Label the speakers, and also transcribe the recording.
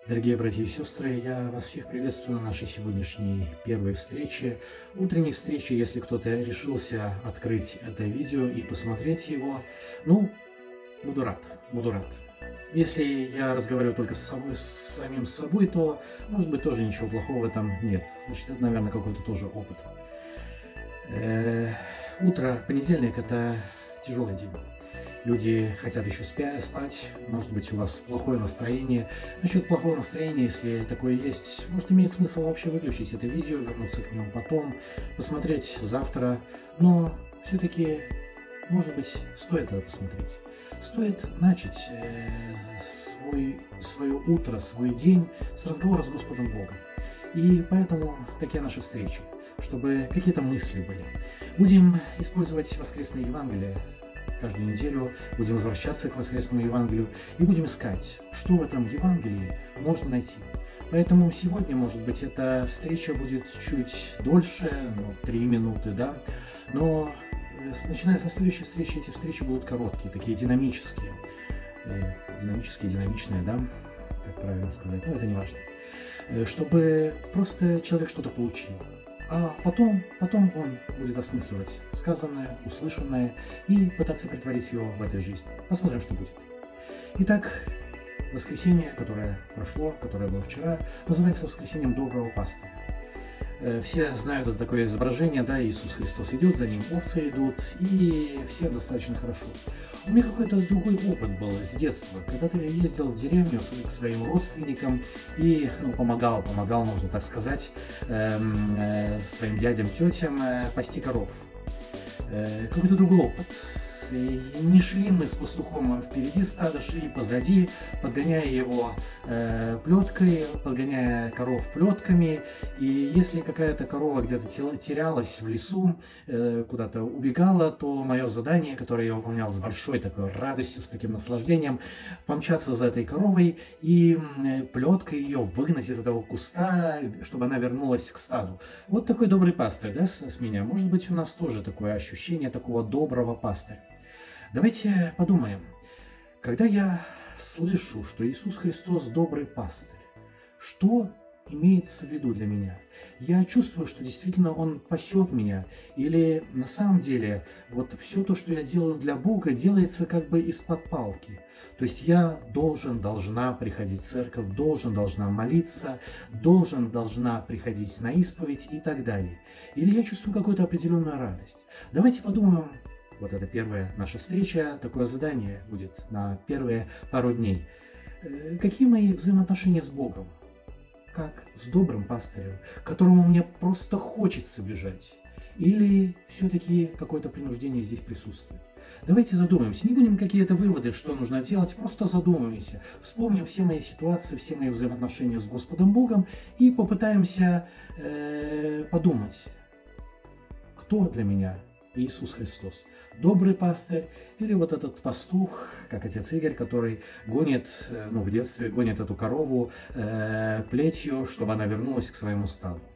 Speaker 1: Дорогие братья и сестры, я вас всех приветствую на нашей сегодняшней первой встрече, утренней встрече, если кто-то решился открыть это видео и посмотреть его. Ну, буду рад, буду рад. Если я разговариваю только с самим собой, то, может быть, тоже ничего плохого в этом нет. Значит, это, наверное, какой-то тоже опыт. Э, Утро, понедельник – это тяжелый день. Люди хотят еще спать, может быть, у вас плохое настроение. Насчет плохого настроения, если такое есть, может, имеет смысл вообще выключить это видео, вернуться к нему потом, посмотреть завтра. Но все-таки, может быть, стоит это посмотреть. Стоит начать свое утро, свой день с разговора с Господом Богом. И поэтому такие наши встречи, чтобы какие-то мысли были. Будем использовать воскресное Евангелие. Каждую неделю будем возвращаться к воскресному Евангелию и будем искать, что в этом Евангелии можно найти. Поэтому сегодня, может быть, эта встреча будет чуть дольше, 3 минуты, да, но начиная со следующей встречи, эти встречи будут короткие, такие динамические. Динамичные, да, как правильно сказать, но это не важно. Чтобы просто человек что-то получил. А потом он будет осмысливать сказанное, услышанное и пытаться притворить его в этой жизни. Посмотрим, что будет. Итак, воскресенье, которое прошло, которое было вчера, называется воскресеньем доброго пастыря. Все знают это такое изображение, да, Иисус Христос идет, за ним овцы идут, и все достаточно хорошо. У меня какой-то другой опыт был с детства. Когда-то я ездил в деревню к своим родственникам и помогал, можно так сказать, своим дядям, тетям пасти коров. Какой-то другой опыт. И не шли мы с пастухом впереди стада, шли позади, подгоняя его плеткой, подгоняя коров плетками. И если какая-то корова где-то терялась в лесу, куда-то убегала, то мое задание, которое я выполнял с большой такой радостью, с таким наслаждением, помчаться за этой коровой и плеткой ее выгнать из этого куста, чтобы она вернулась к стаду. Вот такой добрый пастырь, да, с меня. Может быть, у нас тоже такое ощущение такого доброго пастыря. Давайте подумаем, когда я слышу, что Иисус Христос добрый пастырь, что имеется в виду для меня? Я чувствую, что действительно Он пасет меня, или на самом деле вот все то, что я делаю для Бога, делается как бы из-под палки. То есть я должна приходить в церковь, должна молиться, должна приходить на исповедь и так далее. Или я чувствую какую-то определенную радость. Давайте подумаем. Вот это первая наша встреча, такое задание будет на первые пару дней. Какие мои взаимоотношения с Богом? Как с добрым пастырем, которому мне просто хочется бежать? Или все-таки какое-то принуждение здесь присутствует? Давайте задумаемся, не будем какие-то выводы, что нужно делать, просто задумаемся. Вспомним все мои ситуации, все мои взаимоотношения с Господом Богом и попытаемся подумать, кто для меня Иисус Христос. Добрый пастырь или вот этот пастух, как отец Игорь, который гонит, в детстве гонит эту корову плетью, чтобы она вернулась к своему стаду.